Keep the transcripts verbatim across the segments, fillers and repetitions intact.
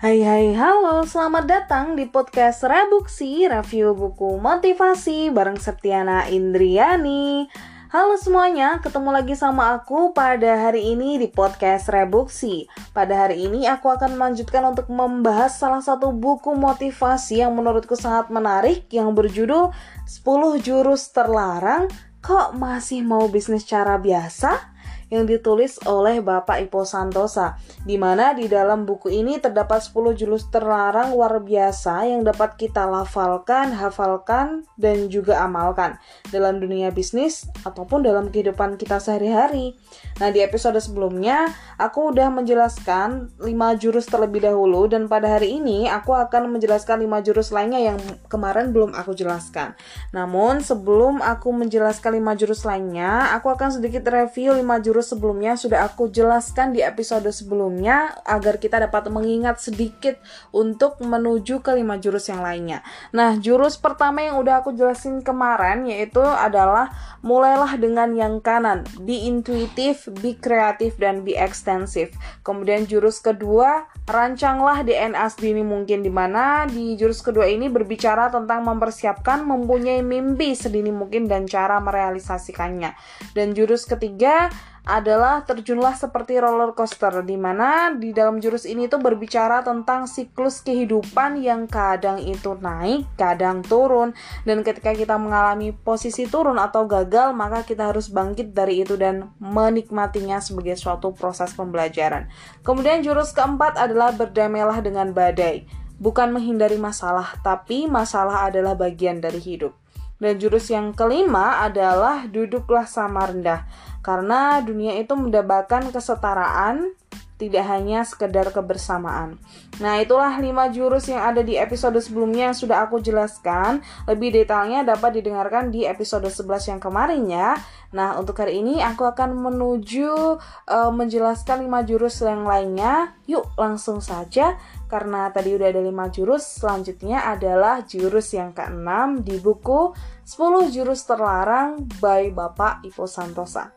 Hai hai halo, selamat datang di podcast Rebuksi, review buku motivasi bareng Septiana Indriani. Halo semuanya, ketemu lagi sama aku pada hari ini di podcast Rebuksi. Pada hari ini aku akan melanjutkan untuk membahas salah satu buku motivasi yang menurutku sangat menarik, yang berjudul sepuluh Jurus Terlarang Kok Masih Mau Bisnis Cara Biasa? Yang ditulis oleh Bapak Ipo Santosa, di mana di dalam buku ini terdapat sepuluh jurus terlarang luar biasa yang dapat kita lafalkan, hafalkan, dan juga amalkan dalam dunia bisnis ataupun dalam kehidupan kita sehari-hari. Nah, di episode sebelumnya aku udah menjelaskan lima jurus terlebih dahulu, dan pada hari ini aku akan menjelaskan lima jurus lainnya yang kemarin belum aku jelaskan. Namun sebelum aku menjelaskan lima jurus lainnya, aku akan sedikit review lima jurus sebelumnya sudah aku jelaskan di episode sebelumnya agar kita dapat mengingat sedikit untuk menuju ke lima jurus yang lainnya. Nah, jurus pertama yang udah aku jelasin kemarin yaitu adalah mulailah dengan yang kanan, be intuitive, be kreatif, dan be ekstensif. Kemudian jurus kedua, rancanglah D N A sedini mungkin, di mana di jurus kedua ini berbicara tentang mempersiapkan, mempunyai mimpi sedini mungkin dan cara merealisasikannya. Dan jurus ketiga adalah terjunlah seperti roller coaster, di mana di dalam jurus ini tuh berbicara tentang siklus kehidupan yang kadang itu naik, kadang turun, dan ketika kita mengalami posisi turun atau gagal, maka kita harus bangkit dari itu dan menikmatinya sebagai suatu proses pembelajaran. Kemudian jurus keempat adalah berdamailah dengan badai, bukan menghindari masalah, tapi masalah adalah bagian dari hidup. Dan jurus yang kelima adalah duduklah sama rendah, karena dunia itu mendambakan kesetaraan, tidak hanya sekedar kebersamaan. Nah, itulah lima jurus yang ada di episode sebelumnya yang sudah aku jelaskan. Lebih detailnya dapat didengarkan di episode sebelas yang kemarin ya. Nah, untuk hari ini aku akan menuju uh, menjelaskan lima jurus yang lainnya. Yuk, langsung saja. Karena tadi udah ada lima jurus, selanjutnya adalah jurus yang keenam di buku sepuluh Jurus Terlarang by Bapak Ipo Santosa.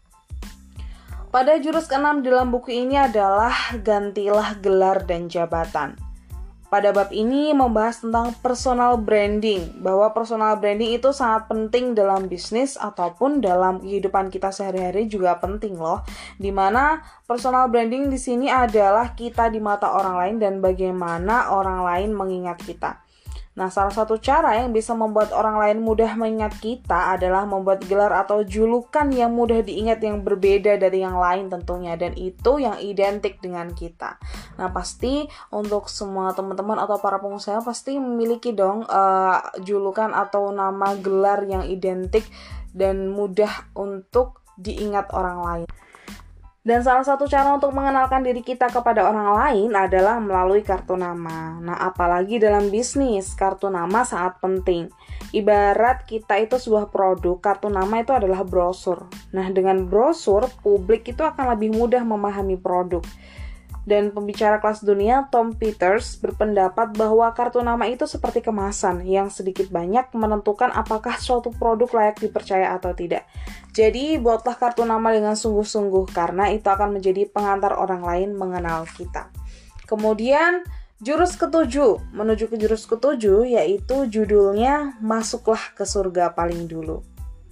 Pada jurus keenam dalam buku ini adalah gantilah gelar dan jabatan. Pada bab ini membahas tentang personal branding, bahwa personal branding itu sangat penting dalam bisnis ataupun dalam kehidupan kita sehari-hari juga penting loh. Dimana personal branding di sini adalah kita di mata orang lain dan bagaimana orang lain mengingat kita. Nah, salah satu cara yang bisa membuat orang lain mudah mengingat kita adalah membuat gelar atau julukan yang mudah diingat yang berbeda dari yang lain tentunya, dan itu yang identik dengan kita. Nah, pasti untuk semua teman-teman atau para pengusaha pasti memiliki dong uh, julukan atau nama gelar yang identik dan mudah untuk diingat orang lain. Dan salah satu cara untuk mengenalkan diri kita kepada orang lain adalah melalui kartu nama. Nah, apalagi dalam bisnis, kartu nama sangat penting. Ibarat kita itu sebuah produk, kartu nama itu adalah brosur. Nah, dengan brosur, publik itu akan lebih mudah memahami produk. Dan pembicara kelas dunia Tom Peters berpendapat bahwa kartu nama itu seperti kemasan yang sedikit banyak menentukan apakah suatu produk layak dipercaya atau tidak. Jadi buatlah kartu nama dengan sungguh-sungguh karena itu akan menjadi pengantar orang lain mengenal kita. Kemudian jurus ketujuh, menuju ke jurus ketujuh yaitu judulnya Masuklah ke Surga Paling Dulu.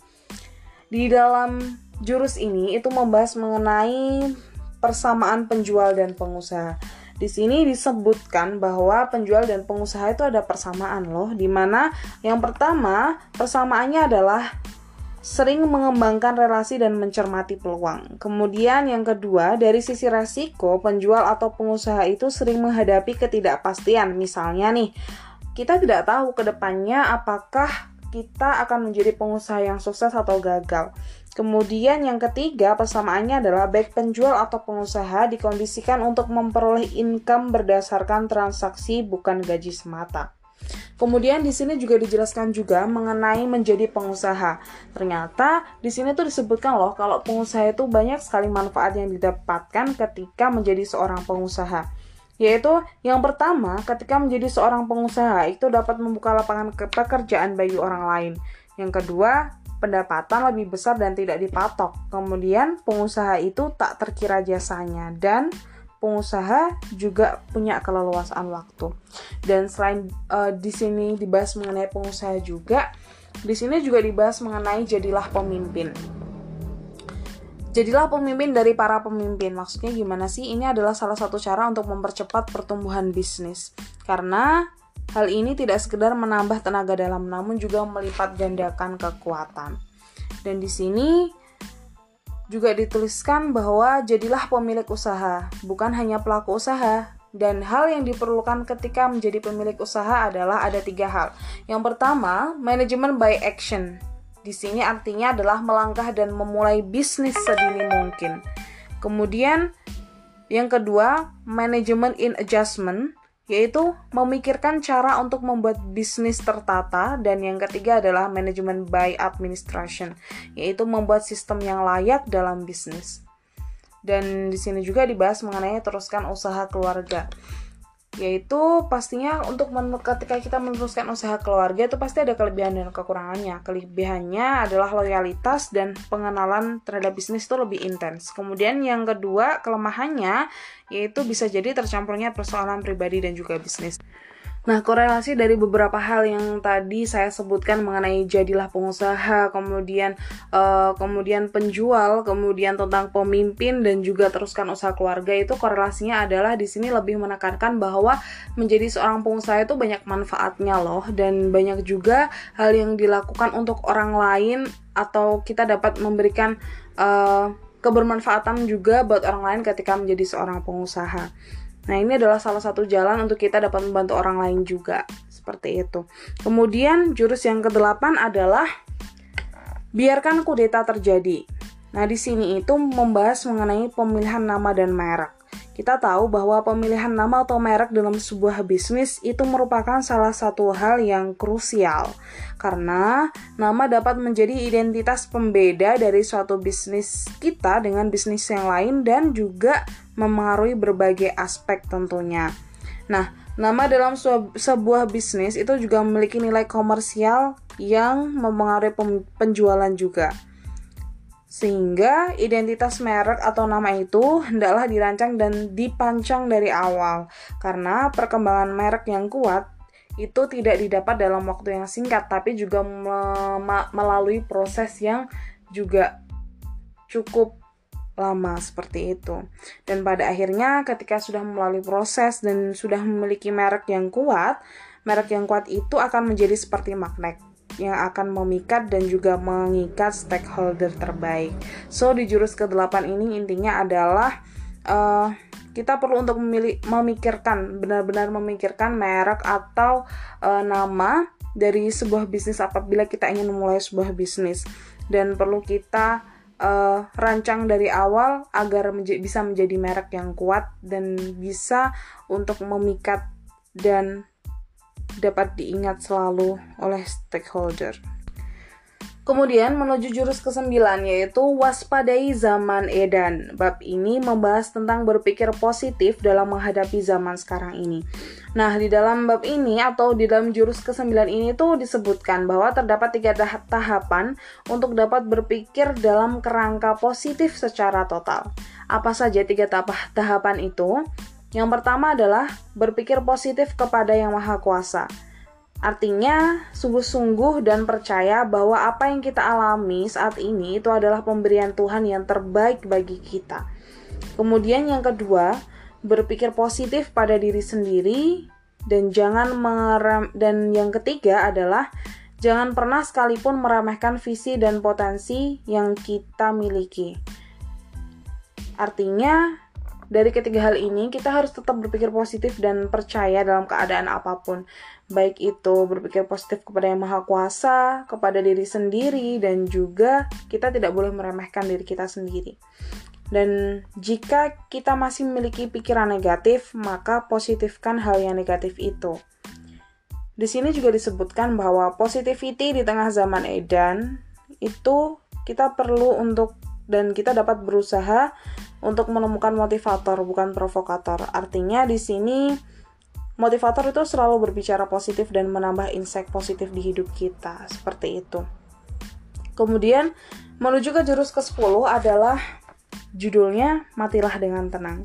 Di dalam jurus ini itu membahas mengenai persamaan penjual dan pengusaha. Di sini disebutkan bahwa penjual dan pengusaha itu ada persamaan loh, di mana yang pertama persamaannya adalah sering mengembangkan relasi dan mencermati peluang. Kemudian yang kedua, dari sisi resiko, penjual atau pengusaha itu sering menghadapi ketidakpastian. Misalnya nih, kita tidak tahu ke depannya apakah kita akan menjadi pengusaha yang sukses atau gagal. Kemudian yang ketiga, persamaannya adalah baik penjual atau pengusaha dikondisikan untuk memperoleh income berdasarkan transaksi bukan gaji semata. Kemudian di sini juga dijelaskan juga mengenai menjadi pengusaha. Ternyata di sini tuh disebutkan loh kalau pengusaha itu banyak sekali manfaat yang didapatkan ketika menjadi seorang pengusaha. Yaitu yang pertama, ketika menjadi seorang pengusaha itu dapat membuka lapangan pekerjaan bagi orang lain. Yang kedua, pendapatan lebih besar dan tidak dipatok. Kemudian pengusaha itu tak terkira jasanya dan pengusaha juga punya keleluasaan waktu. Dan selain uh, di sini dibahas mengenai pengusaha juga, di sini juga dibahas mengenai jadilah pemimpin. Jadilah pemimpin dari para pemimpin. Maksudnya gimana sih? Ini adalah salah satu cara untuk mempercepat pertumbuhan bisnis. Karena hal ini tidak sekedar menambah tenaga dalam, namun juga melipat gandakan kekuatan. Dan di sini juga dituliskan bahwa jadilah pemilik usaha, bukan hanya pelaku usaha. Dan hal yang diperlukan ketika menjadi pemilik usaha adalah ada tiga hal. Yang pertama, manajemen by action. Di sini artinya adalah melangkah dan memulai bisnis sedini mungkin. Kemudian yang kedua, manajemen in adjustment, yaitu memikirkan cara untuk membuat bisnis tertata. Dan yang ketiga adalah manajemen by administration, yaitu membuat sistem yang layak dalam bisnis. Dan di sini juga dibahas mengenai teruskan usaha keluarga, yaitu pastinya untuk men- ketika kita meneruskan usaha keluarga itu pasti ada kelebihan dan kekurangannya. Kelebihannya adalah loyalitas dan pengenalan terhadap bisnis itu lebih intens. Kemudian yang kedua, kelemahannya yaitu bisa jadi tercampurnya persoalan pribadi dan juga bisnis. Nah, korelasi dari beberapa hal yang tadi saya sebutkan mengenai jadilah pengusaha, kemudian uh, kemudian penjual, kemudian tentang pemimpin dan juga teruskan usaha keluarga, itu korelasinya adalah di sini lebih menekankan bahwa menjadi seorang pengusaha itu banyak manfaatnya loh, dan banyak juga hal yang dilakukan untuk orang lain atau kita dapat memberikan uh, kebermanfaatan juga buat orang lain ketika menjadi seorang pengusaha. Nah, ini adalah salah satu jalan untuk kita dapat membantu orang lain juga. Seperti itu. Kemudian, jurus yang kedelapan adalah biarkan kudeta terjadi. Nah, di sini itu membahas mengenai pemilihan nama dan merek. Kita tahu bahwa pemilihan nama atau merek dalam sebuah bisnis itu merupakan salah satu hal yang krusial. Karena nama dapat menjadi identitas pembeda dari suatu bisnis kita dengan bisnis yang lain dan juga memengaruhi berbagai aspek tentunya. Nah, nama dalam sebuah bisnis itu juga memiliki nilai komersial yang memengaruhi penjualan juga. Sehingga identitas merek atau nama itu hendaklah dirancang dan dipancang dari awal. Karena perkembangan merek yang kuat itu tidak didapat dalam waktu yang singkat, tapi juga me- melalui proses yang juga cukup lama seperti itu. Dan pada akhirnya ketika sudah melalui proses dan sudah memiliki merek yang kuat, merek yang kuat itu akan menjadi seperti magnet yang akan memikat dan juga mengikat stakeholder terbaik. So, di jurus kedelapan ini intinya adalah uh, kita perlu untuk memilih, memikirkan, benar-benar memikirkan merek atau uh, nama dari sebuah bisnis apabila kita ingin memulai sebuah bisnis. Dan perlu kita uh, rancang dari awal agar menj- bisa menjadi merek yang kuat dan bisa untuk memikat dan dapat diingat selalu oleh stakeholder. Kemudian menuju jurus kesembilan, yaitu waspadai zaman edan. Bab ini membahas tentang berpikir positif dalam menghadapi zaman sekarang ini. Nah, di dalam bab ini atau di dalam jurus kesembilan ini tuh disebutkan bahwa terdapat tiga tahapan untuk dapat berpikir dalam kerangka positif secara total. Apa saja tiga tahap- tahapan itu? Yang pertama adalah berpikir positif kepada Yang Maha Kuasa. Artinya, sungguh-sungguh dan percaya bahwa apa yang kita alami saat ini itu adalah pemberian Tuhan yang terbaik bagi kita. Kemudian yang kedua, berpikir positif pada diri sendiri dan jangan merem- dan yang ketiga adalah jangan pernah sekalipun meremehkan visi dan potensi yang kita miliki. Artinya, dari ketiga hal ini, kita harus tetap berpikir positif dan percaya dalam keadaan apapun. Baik itu berpikir positif kepada Yang Maha Kuasa, kepada diri sendiri, dan juga kita tidak boleh meremehkan diri kita sendiri. Dan jika kita masih memiliki pikiran negatif, maka positifkan hal yang negatif itu. Di sini juga disebutkan bahwa positivity di tengah zaman edan, itu kita perlu untuk, dan kita dapat berusaha untuk menemukan motivator, bukan provokator. Artinya di sini motivator itu selalu berbicara positif dan menambah insight positif di hidup kita, seperti itu. Kemudian menuju ke jurus kesepuluh adalah judulnya Matilah dengan Tenang.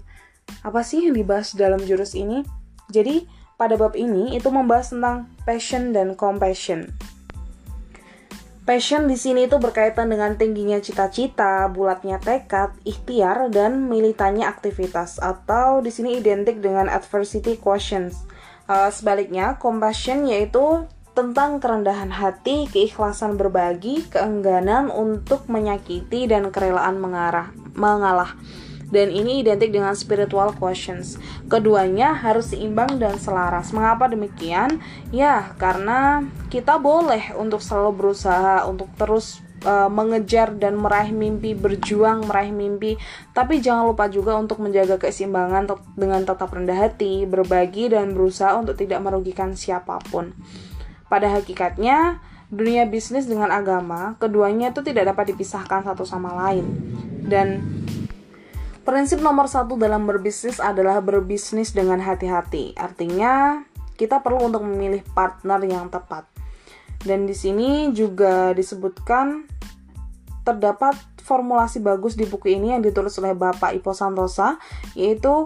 Apa sih yang dibahas dalam jurus ini? Jadi, pada bab ini itu membahas tentang passion dan compassion. Passion di sini itu berkaitan dengan tingginya cita-cita, bulatnya tekad, ikhtiar, dan militannya aktivitas, atau di sini identik dengan adversity quotients. Uh, sebaliknya, compassion yaitu tentang kerendahan hati, keikhlasan berbagi, keengganan untuk menyakiti, dan kerelaan mengarah, mengalah. Dan ini identik dengan spiritual quotients. Keduanya harus seimbang dan selaras. Mengapa demikian? Ya, karena kita boleh untuk selalu berusaha untuk terus uh, mengejar dan meraih mimpi, berjuang meraih mimpi, tapi jangan lupa juga untuk menjaga keseimbangan tet- dengan tetap rendah hati, berbagi, dan berusaha untuk tidak merugikan siapapun. Pada hakikatnya, dunia bisnis dengan agama, keduanya itu tidak dapat dipisahkan satu sama lain. Dan prinsip nomor satu dalam berbisnis adalah berbisnis dengan hati-hati. Artinya, kita perlu untuk memilih partner yang tepat. Dan di sini juga disebutkan terdapat formulasi bagus di buku ini yang ditulis oleh Bapak Ipo Santosa, yaitu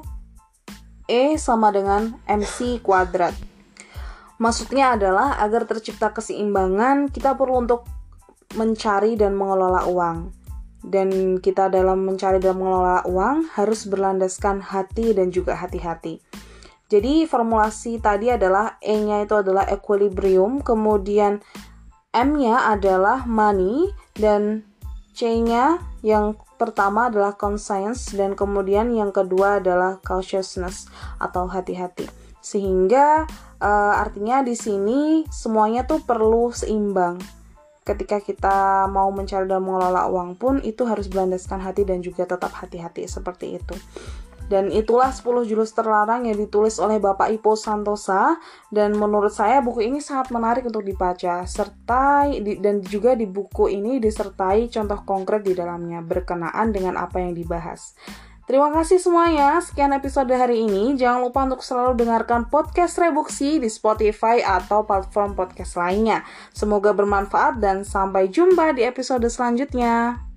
E sama dengan M C kuadrat. Maksudnya adalah agar tercipta keseimbangan, kita perlu untuk mencari dan mengelola uang. Dan kita dalam mencari dan mengelola uang harus berlandaskan hati dan juga hati-hati. Jadi formulasi tadi adalah E-nya itu adalah equilibrium, kemudian M-nya adalah money, dan C-nya yang pertama adalah conscience, dan kemudian yang kedua adalah cautiousness atau hati-hati. Sehingga uh, artinya di sini semuanya tuh perlu seimbang. Ketika kita mau mencari dan mengelola uang pun itu harus berlandaskan hati dan juga tetap hati-hati seperti itu. Dan itulah sepuluh jurus terlarang yang ditulis oleh Bapak Ipo Santosa, dan menurut saya buku ini sangat menarik untuk dibaca, serta di, dan juga di buku ini disertai contoh konkret di dalamnya berkenaan dengan apa yang dibahas. Terima kasih semuanya, sekian episode hari ini. Jangan lupa untuk selalu dengarkan podcast Rebuksi di Spotify atau platform podcast lainnya. Semoga bermanfaat dan sampai jumpa di episode selanjutnya.